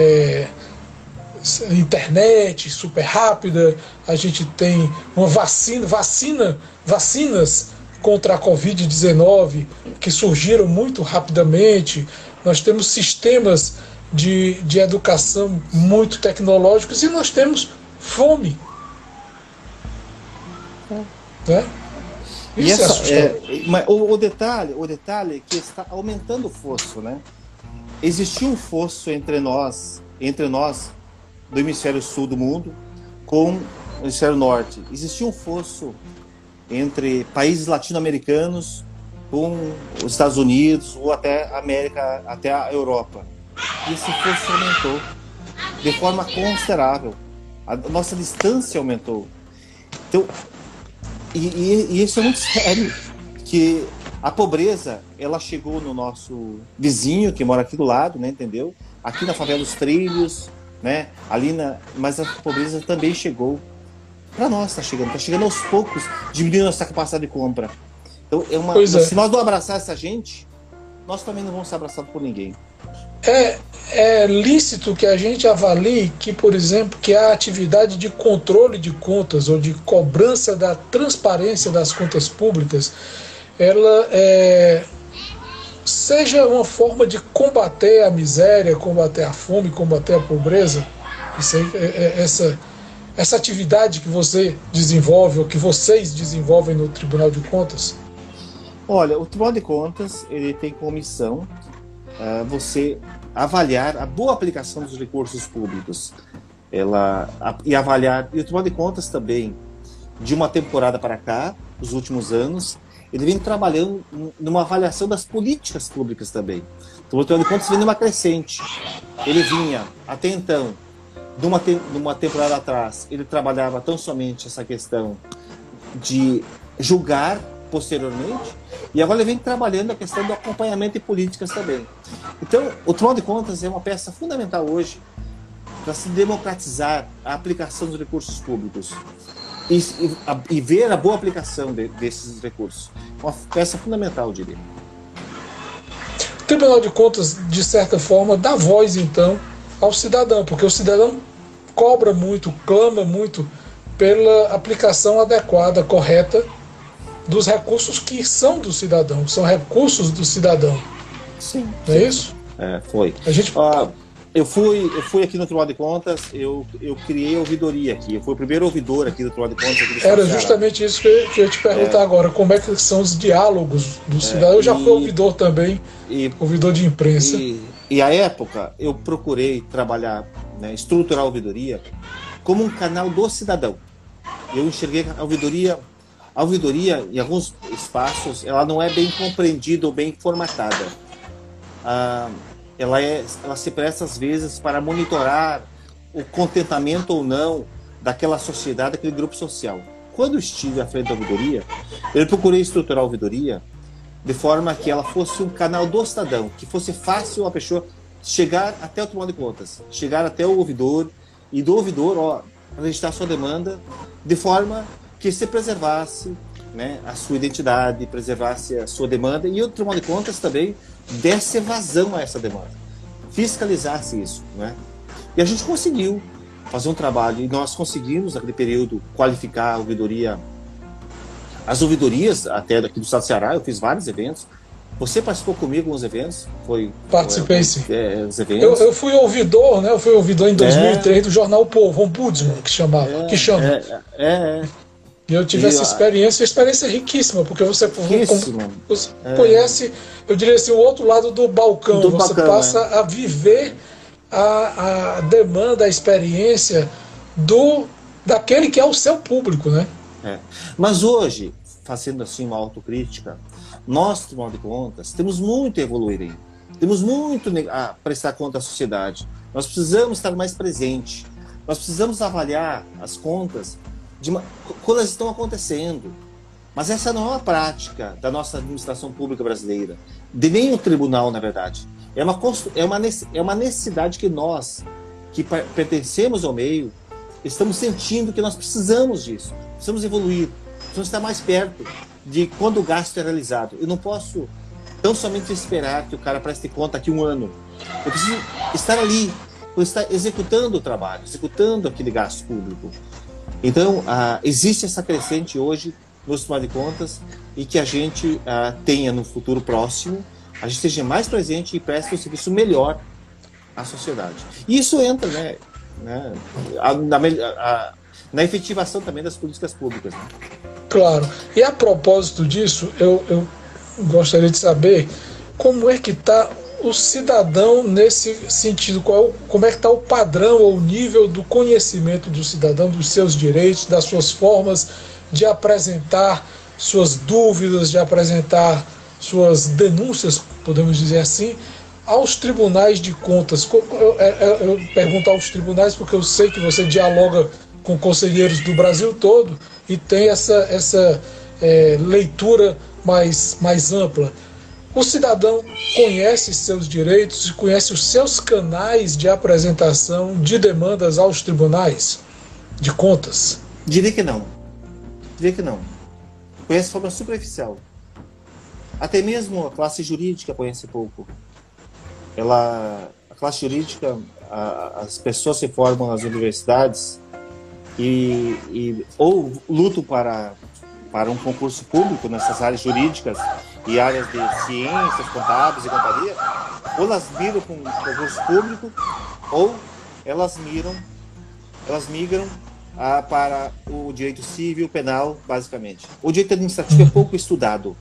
S1: internet super rápida, a gente tem uma vacinas contra a Covid-19 que surgiram muito rapidamente, nós temos sistemas de educação muito tecnológicos e nós temos fome. Né? Isso
S2: mas o detalhe é que está aumentando o fosso, né? Existia um fosso entre nós do hemisfério sul do mundo com o hemisfério norte. Existia um fosso entre países latino-americanos com os Estados Unidos ou até a América, até a Europa. E esse fosso aumentou de forma considerável. a nossa distância aumentou. Então, e isso é muito sério, que a pobreza, ela chegou no nosso vizinho, que mora aqui do lado, né, entendeu? Aqui na favela dos Trilhos, né, mas a pobreza também chegou para nós, está chegando aos poucos, diminuindo nossa capacidade de compra. Então, se nós não abraçar essa gente, nós também não vamos ser abraçados por ninguém.
S1: É lícito que a gente avalie que, por exemplo, que a atividade de controle de contas ou de cobrança da transparência das contas públicas, ela seja uma forma de combater a miséria, combater a fome, combater a pobreza. Essa atividade que você desenvolve ou que vocês desenvolvem no Tribunal de Contas?
S2: Olha, o Tribunal de Contas, ele tem como missão você avaliar a boa aplicação dos recursos públicos. E o Tribunal de Contas também, de uma temporada para cá, os últimos anos, ele vem trabalhando numa avaliação das políticas públicas também. Então, o Tribunal de Contas vem numa crescente. Ele vinha, até então, numa temporada atrás, ele trabalhava tão somente essa questão de julgar posteriormente, e agora ele vem trabalhando a questão do acompanhamento de políticas também. Então, o Tribunal de Contas é uma peça fundamental hoje para se democratizar a aplicação dos recursos públicos e ver a boa aplicação desses recursos. Uma peça fundamental, eu diria.
S1: O Tribunal de Contas, de certa forma, dá voz, então, ao cidadão, porque o cidadão cobra muito, clama muito pela aplicação adequada, correta, dos recursos que são do cidadão, são recursos do cidadão.
S2: Sim.
S1: Não é isso?
S2: Foi. Eu fui aqui no Tribunal de Contas, eu criei a ouvidoria aqui, eu fui o primeiro ouvidor aqui do Tribunal de Contas. Aqui do
S1: Era justamente isso que eu ia te perguntar agora, como é que são os diálogos do cidadão. Eu já fui ouvidor também, ouvidor de imprensa.
S2: E à época, eu procurei trabalhar, né, estruturar a ouvidoria como um canal do cidadão. Eu enxerguei a ouvidoria, em alguns espaços, ela não é bem compreendida ou bem formatada. Ela se presta, às vezes, para monitorar o contentamento ou não daquela sociedade, daquele grupo social. Quando eu estive à frente da ouvidoria, eu procurei estruturar a ouvidoria de forma que ela fosse um canal do cidadão, que fosse fácil a pessoa chegar até o Tribunal de Contas, chegar até o ouvidor, e do ouvidor registrar sua demanda, de forma que se preservasse, né, a sua identidade, preservasse a sua demanda, e o Tribunal de Contas também desse vazão a essa demanda, fiscalizasse isso, né? E a gente conseguiu fazer um trabalho, e nós conseguimos, naquele período, qualificar a ouvidoria, as ouvidorias, até daqui do estado do Ceará. Eu fiz vários eventos. Você participou comigo em alguns eventos?
S1: Participei, sim.
S2: Os eventos.
S1: Eu fui ouvidor, né? Eu fui ouvidor em 2003 do jornal Povo, Ombudsman, que chama. E eu tive essa experiência, riquíssima, porque você conhece, eu diria assim, o outro lado do balcão. Você passa a viver a demanda, a experiência daquele que é o seu público, né?
S2: Mas hoje, fazendo assim uma autocrítica, nós, Tribunal de Contas, temos muito a evoluir aí. Temos muito a prestar conta à sociedade. Nós precisamos estar mais presentes. Nós precisamos avaliar as contas quando elas estão acontecendo. Mas essa não é uma prática da nossa administração pública brasileira, de nenhum tribunal, na verdade. É uma necessidade que nós, que pertencemos ao meio, estamos sentindo que nós precisamos disso. Precisamos evoluir, precisamos estar mais perto de quando o gasto é realizado. Eu não posso tão somente esperar que o cara preste conta aqui um ano. Eu preciso estar ali, estar executando o trabalho, executando aquele gasto público. Então, existe essa crescente hoje no Tribunal de Contas, e que a gente tenha no futuro próximo, a gente esteja mais presente e preste um serviço melhor à sociedade. E isso entra, na efetivação também das políticas públicas. Né?
S1: Claro. E a propósito disso, eu gostaria de saber como é que está o cidadão nesse sentido, como é que está o padrão ou o nível do conhecimento do cidadão, dos seus direitos, das suas formas de apresentar suas dúvidas, de apresentar suas denúncias, podemos dizer assim, aos tribunais de contas, eu pergunto aos tribunais porque eu sei que você dialoga com conselheiros do Brasil todo e tem essa leitura mais ampla. O cidadão conhece seus direitos e conhece os seus canais de apresentação de demandas aos tribunais de contas?
S2: Diria que não. Conhece de forma superficial. Até mesmo a classe jurídica conhece pouco. A classe jurídica, as pessoas se formam nas universidades ou lutam para um concurso público nessas áreas jurídicas e áreas de ciências, contábeis e companhia, ou elas miram para um concurso público, ou elas migram para o direito civil, penal, basicamente. O direito administrativo é pouco estudado.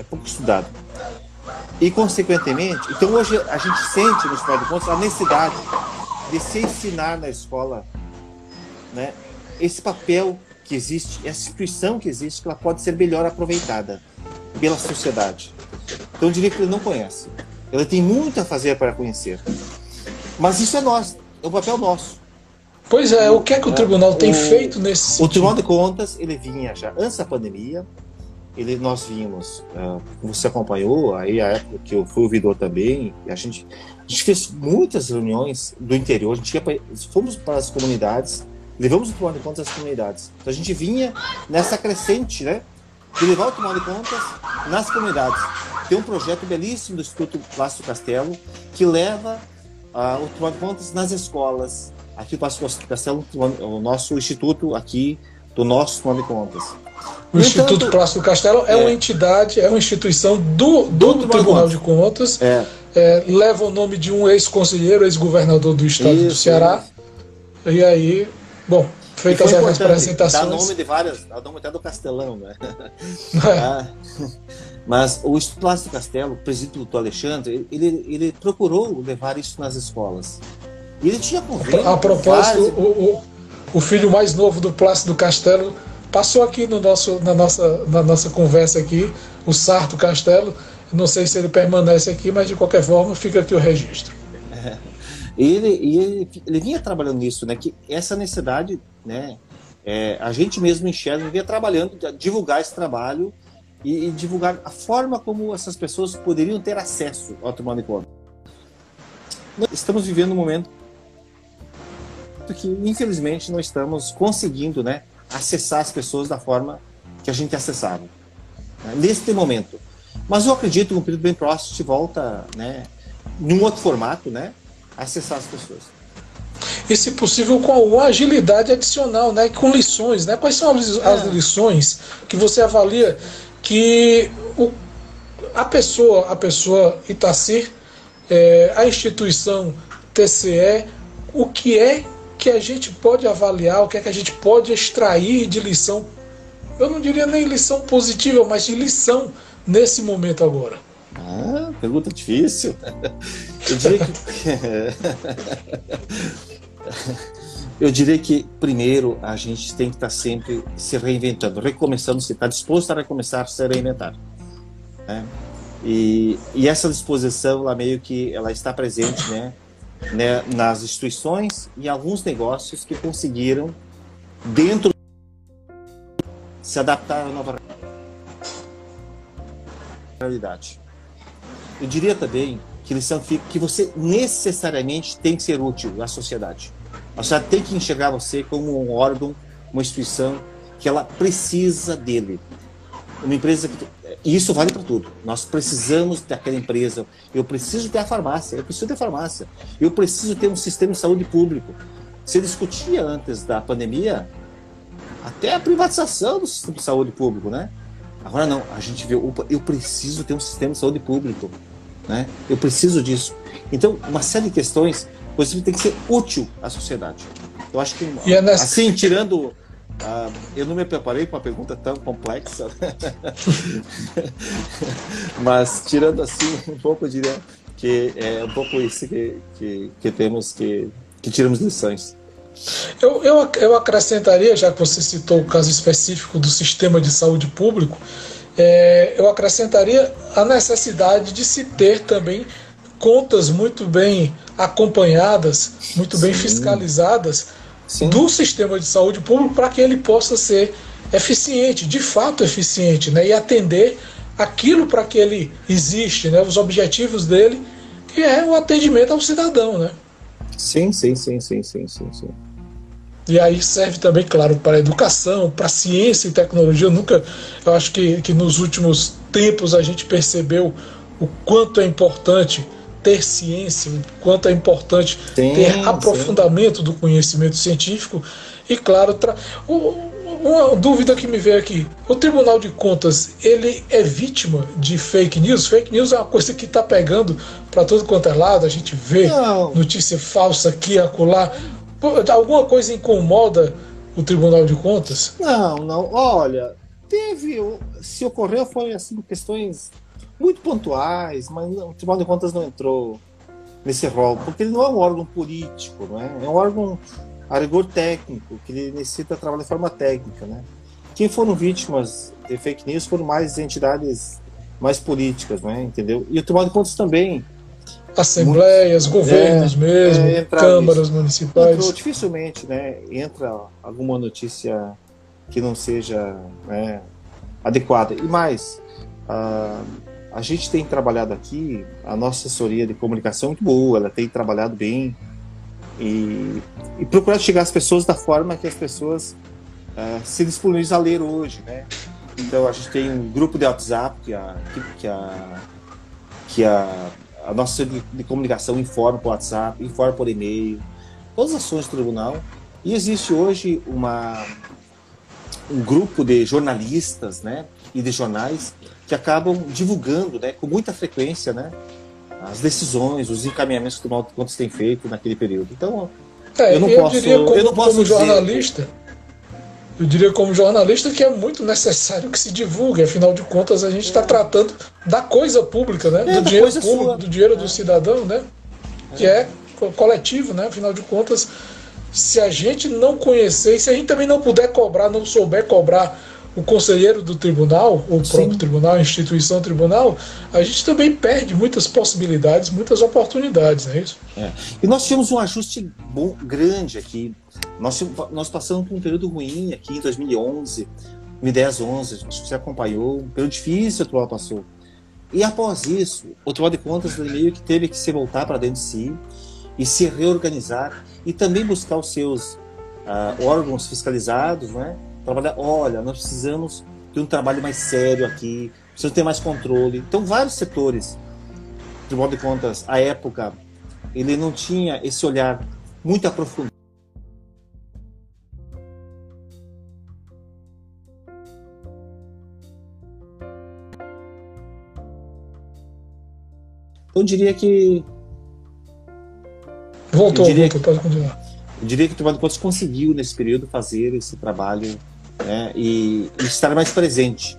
S2: E, consequentemente, então hoje a gente sente, no final de contas, a necessidade de se ensinar na escola, né, esse papel que existe, essa instituição que existe, que ela pode ser melhor aproveitada pela sociedade. Então eu diria que ele não conhece. Ele tem muito a fazer para conhecer. Mas isso é nosso, é um papel nosso.
S1: Pois é, o que é que o tribunal tem feito nesse sentido?
S2: O Tribunal de Contas, ele vinha já antes da pandemia. Nós vimos, você acompanhou aí a época que eu fui ouvidor também, e a gente fez muitas reuniões do interior, fomos para as comunidades, levamos o Tribunal de Contas às comunidades. Então a gente vinha nessa crescente, né, de levar o Tribunal de Contas nas comunidades. Tem um projeto belíssimo do Instituto Plácido Castelo que leva o Tribunal de Contas nas escolas. Aqui o Plácido Castelo, o nosso instituto aqui do nosso Tribunal de Contas.
S1: O Instituto Plácido Castelo é uma entidade, é uma instituição do Tribunal de Contas. Leva o nome de um ex-conselheiro, ex-governador do estado do Ceará. E aí, bom, feitas as apresentações.
S2: Dá nome de várias, dá nome até do Castelão, né? Mas o Instituto Plácido Castelo, o presidente do Alexandre, ele procurou levar isso nas escolas. E ele tinha convênio.
S1: A propósito, o filho mais novo do Plácido Castelo passou aqui na nossa conversa aqui, o Sarto Castelo. Não sei se ele permanece aqui, mas de qualquer forma fica aqui o registro.
S2: Ele vinha trabalhando nisso, né? Que essa necessidade, né? A gente mesmo enxerga, ele vinha trabalhando de divulgar esse trabalho e divulgar a forma como essas pessoas poderiam ter acesso ao Tribunal de Contas. Estamos vivendo um momento que, infelizmente, não estamos conseguindo, né, acessar as pessoas da forma que a gente acessava, né, neste momento. Mas eu acredito que um período bem próximo se volta, né, num outro formato, né, a acessar as pessoas.
S1: E, se possível, com alguma agilidade adicional, né, com lições, né? Quais são as lições que você avalia que a pessoa Itacir, a instituição TCE, o que é que a gente pode avaliar, o que é que a gente pode extrair de lição, eu não diria nem lição positiva, mas de lição nesse momento agora?
S2: Pergunta difícil. Eu diria que primeiro a gente tem que estar sempre se reinventando, recomeçando, se está disposto a recomeçar, se reinventar, né? E essa disposição, ela meio que ela está presente, né, nas instituições e alguns negócios que conseguiram, dentro, se adaptar à nova realidade. Eu diria também que lição fica que você necessariamente tem que ser útil à sociedade. A sociedade tem que enxergar você como um órgão, uma instituição que ela precisa dele. Uma empresa que... E isso vale para tudo. Nós precisamos daquela empresa. Eu preciso ter a farmácia. Eu preciso ter farmácia. Eu preciso ter um sistema de saúde público. Se discutia antes da pandemia até a privatização do sistema de saúde público, né? Agora não. A gente vê, opa, eu preciso ter um sistema de saúde público, né? Eu preciso disso. Então, uma série de questões, você tem que ser útil à sociedade. Eu acho que, assim, tirando... eu não me preparei para uma pergunta tão complexa, mas tirando assim um pouco, eu diria que é um pouco isso que temos que tiramos lições.
S1: Eu acrescentaria, já que você citou o caso específico do sistema de saúde público, eu acrescentaria a necessidade de se ter também contas muito bem acompanhadas, muito bem fiscalizadas do sistema de saúde público para que ele possa ser eficiente, de fato eficiente, né? E atender aquilo para que ele existe, né? Os objetivos dele, que é o atendimento ao cidadão, né?
S2: Sim.
S1: E aí serve também, claro, para a educação, para a ciência e tecnologia. Eu acho que nos últimos tempos a gente percebeu o quanto é importante ter ciência, o quanto é importante ter aprofundamento do conhecimento científico. E claro, uma dúvida que me veio aqui: o Tribunal de Contas, ele é vítima de fake news? Fake news é uma coisa que está pegando para todo quanto é lado, a gente vê notícia falsa aqui e acolá. Alguma coisa incomoda o Tribunal de Contas?
S2: Não. Olha, se ocorreu, foi assim, questões muito pontuais, mas o Tribunal de Contas não entrou nesse rol, porque ele não é um órgão político, não é? É um órgão a rigor técnico, que ele necessita trabalhar de forma técnica, né? Quem foram vítimas de fake news foram mais entidades mais políticas, né? Entendeu? E o Tribunal de Contas também.
S1: Assembleias, governos mesmo, câmaras municipais.
S2: Dificilmente, né, entra alguma notícia que não seja, né, adequada. E mais, a gente tem trabalhado aqui, a nossa assessoria de comunicação é muito boa, ela tem trabalhado bem e procurado chegar às pessoas da forma que as pessoas se disponibilizam a ler hoje, né? Então a gente tem um grupo de WhatsApp que a nossa de comunicação informa por WhatsApp, informa por e-mail, todas as ações do tribunal. E existe hoje um grupo de jornalistas, né, e de jornais que acabam divulgando, né, com muita frequência, né, as decisões, os encaminhamentos que o Tribunal de Contas tem feito naquele período. Então, eu não posso dizer...
S1: Eu diria como jornalista que é muito necessário que se divulgue, afinal de contas a gente está tratando da coisa pública, né? Do dinheiro público, do dinheiro do cidadão, né? Que é coletivo, né? Afinal de contas, se a gente não conhecer, e se a gente também não puder cobrar, não souber cobrar o conselheiro do tribunal, ou o próprio tribunal, a instituição tribunal, a gente também perde muitas possibilidades, muitas oportunidades, não é isso?
S2: E nós tivemos um ajuste grande aqui. Nós passamos por um período ruim aqui em 2011, 2010, 11, acho que você acompanhou, um período difícil o Tribunal passou. E após isso, o Tribunal de Contas meio que teve que se voltar para dentro de si e se reorganizar e também buscar os seus órgãos fiscalizados, né? Trabalhar, olha, nós precisamos de um trabalho mais sério aqui, precisamos ter mais controle. Então, vários setores, o Tribunal de Contas, à época, ele não tinha esse olhar muito aprofundado. Então, eu diria que...
S1: Voltou, pode continuar.
S2: Eu diria que o Tribunal de Contas conseguiu, nesse período, fazer esse trabalho, né, e estar mais presente.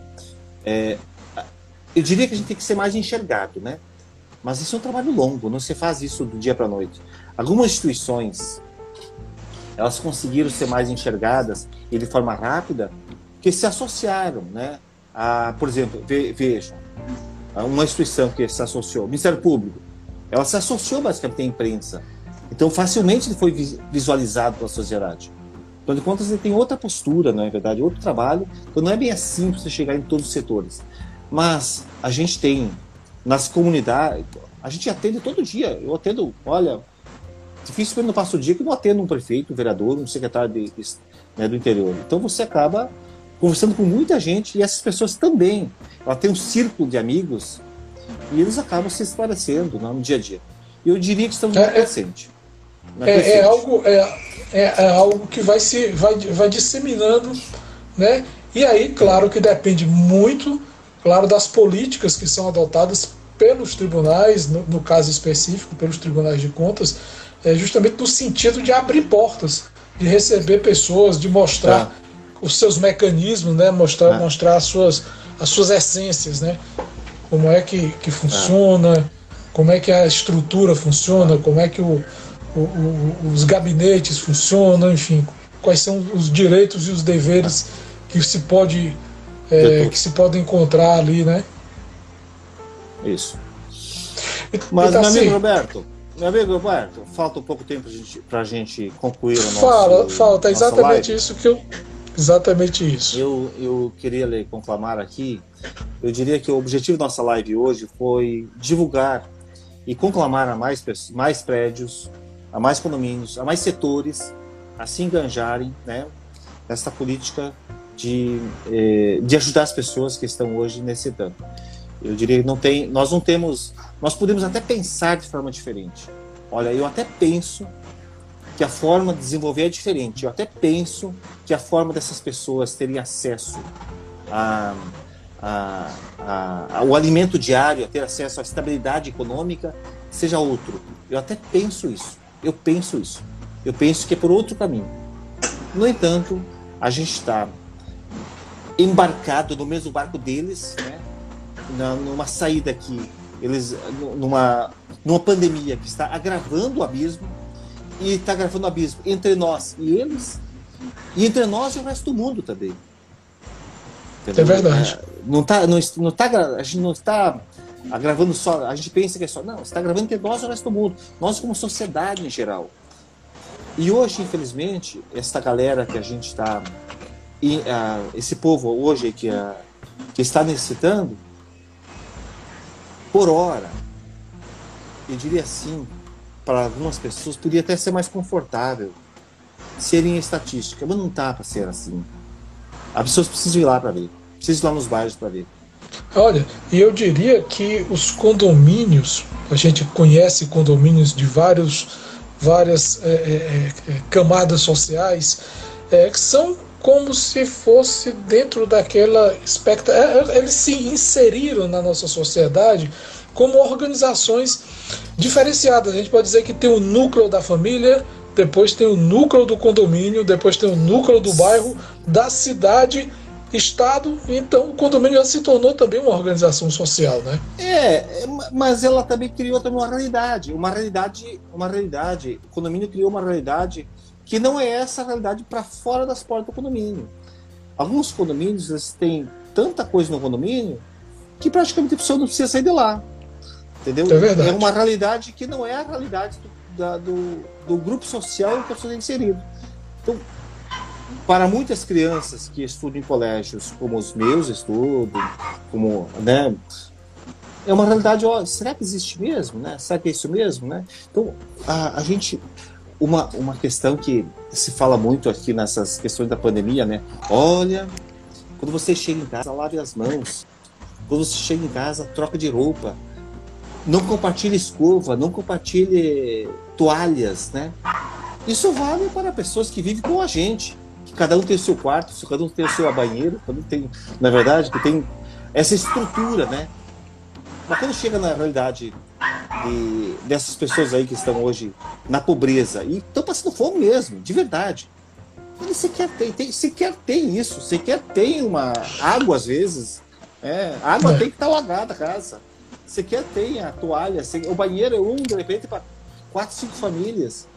S2: Eu diria que a gente tem que ser mais enxergado, né? Mas isso é um trabalho longo, não se faz isso do dia para a noite. Algumas instituições, elas conseguiram ser mais enxergadas e de forma rápida, que se associaram, né? Por exemplo, vejam, uma instituição que se associou, o Ministério Público, ela se associou basicamente à imprensa. Então, facilmente ele foi visualizado pela sociedade. Então, de contas, ele tem outra postura, não é verdade? Outro trabalho. Então, não é bem assim você chegar em todos os setores. Mas a gente tem, nas comunidades, a gente atende todo dia. Eu atendo, olha, dificilmente não passa o dia que eu não atendo um prefeito, um vereador, um secretário do interior. Então, você acaba conversando com muita gente e essas pessoas também. Ela tem um círculo de amigos e eles acabam se esclarecendo, né, no dia a dia. E eu diria que estamos na crescente.
S1: É algo que vai disseminando, né? E aí, claro que depende muito, claro, das políticas que são adotadas pelos tribunais, no caso específico, pelos tribunais de contas, justamente no sentido de abrir portas, de receber pessoas, de mostrar os seus mecanismos, né? Mostrar as suas essências, né? Como é que funciona, como é que a estrutura funciona, como é que os gabinetes funcionam, enfim, quais são os direitos e os deveres que se pode encontrar ali, né?
S2: Isso. Mas, meu amigo Roberto, falta um pouco tempo para a gente concluir o nosso.
S1: Falta exatamente isso que eu. Exatamente isso.
S2: Eu queria conclamar aqui. Eu diria que o objetivo da nossa live hoje foi divulgar e conclamar a mais prédios, a mais condomínios, a mais setores a se enganjarem, né, nessa política de ajudar as pessoas que estão hoje necessitando. Eu diria que nós podemos até pensar de forma diferente. Olha, eu até penso que a forma de desenvolver é diferente. Eu até penso que a forma dessas pessoas terem acesso ao alimento diário, a ter acesso à estabilidade econômica, seja outro. Eu até penso isso. Eu penso que é por outro caminho. No entanto, a gente está embarcado no mesmo barco deles, né? Numa saída que numa pandemia que está agravando o abismo, e está agravando o abismo entre nós e eles, e entre nós e o resto do mundo também. Entendeu?
S1: É verdade.
S2: A gente não está agravando só, a gente pensa que é só, não, está agravando entre nós e o resto do mundo, nós como sociedade em geral. E hoje, infelizmente, essa galera que a gente está, esse povo hoje que está necessitando, por hora, eu diria assim, para algumas pessoas, podia até ser mais confortável serem estatística, mas não está para ser assim. As pessoas precisam ir lá para ver, precisam ir lá nos bairros para ver.
S1: Olha, e eu diria que os condomínios, a gente conhece condomínios de várias camadas sociais, que são como se fosse dentro daquela espectro. Eles se inseriram na nossa sociedade como organizações diferenciadas. A gente pode dizer que tem o núcleo da família, depois tem o núcleo do condomínio, depois tem o núcleo do bairro, da cidade, estado. Então o condomínio já se tornou também uma organização social, né?
S2: Mas ela também criou uma realidade. O condomínio criou uma realidade que não é essa realidade para fora das portas do condomínio. Alguns condomínios, eles têm tanta coisa no condomínio que praticamente a pessoa não precisa sair de lá. Entendeu?
S1: É verdade.
S2: É uma realidade que não é a realidade do grupo social em que a pessoa está inserido. Então, para muitas crianças que estudam em colégios como os meus estudam, como, né, é uma realidade, será que existe mesmo? Né? Será que é isso mesmo? Né? Então, a gente... Uma questão que se fala muito aqui nessas questões da pandemia, né? Olha, quando você chega em casa, lave as mãos. Quando você chega em casa, troca de roupa. Não compartilhe escova, não compartilhe toalhas, né? Isso vale para pessoas que vivem com a gente. Que cada um tem o seu quarto, cada um tem o seu banheiro, cada um tem, na verdade, que tem essa estrutura, né? Mas quando chega na realidade dessas pessoas aí que estão hoje na pobreza e estão passando fome mesmo, de verdade, ele sequer tem isso, sequer tem uma água às vezes, a água tem que estar alagada a casa, sequer tem a toalha, o banheiro é de repente para 4, 5 famílias,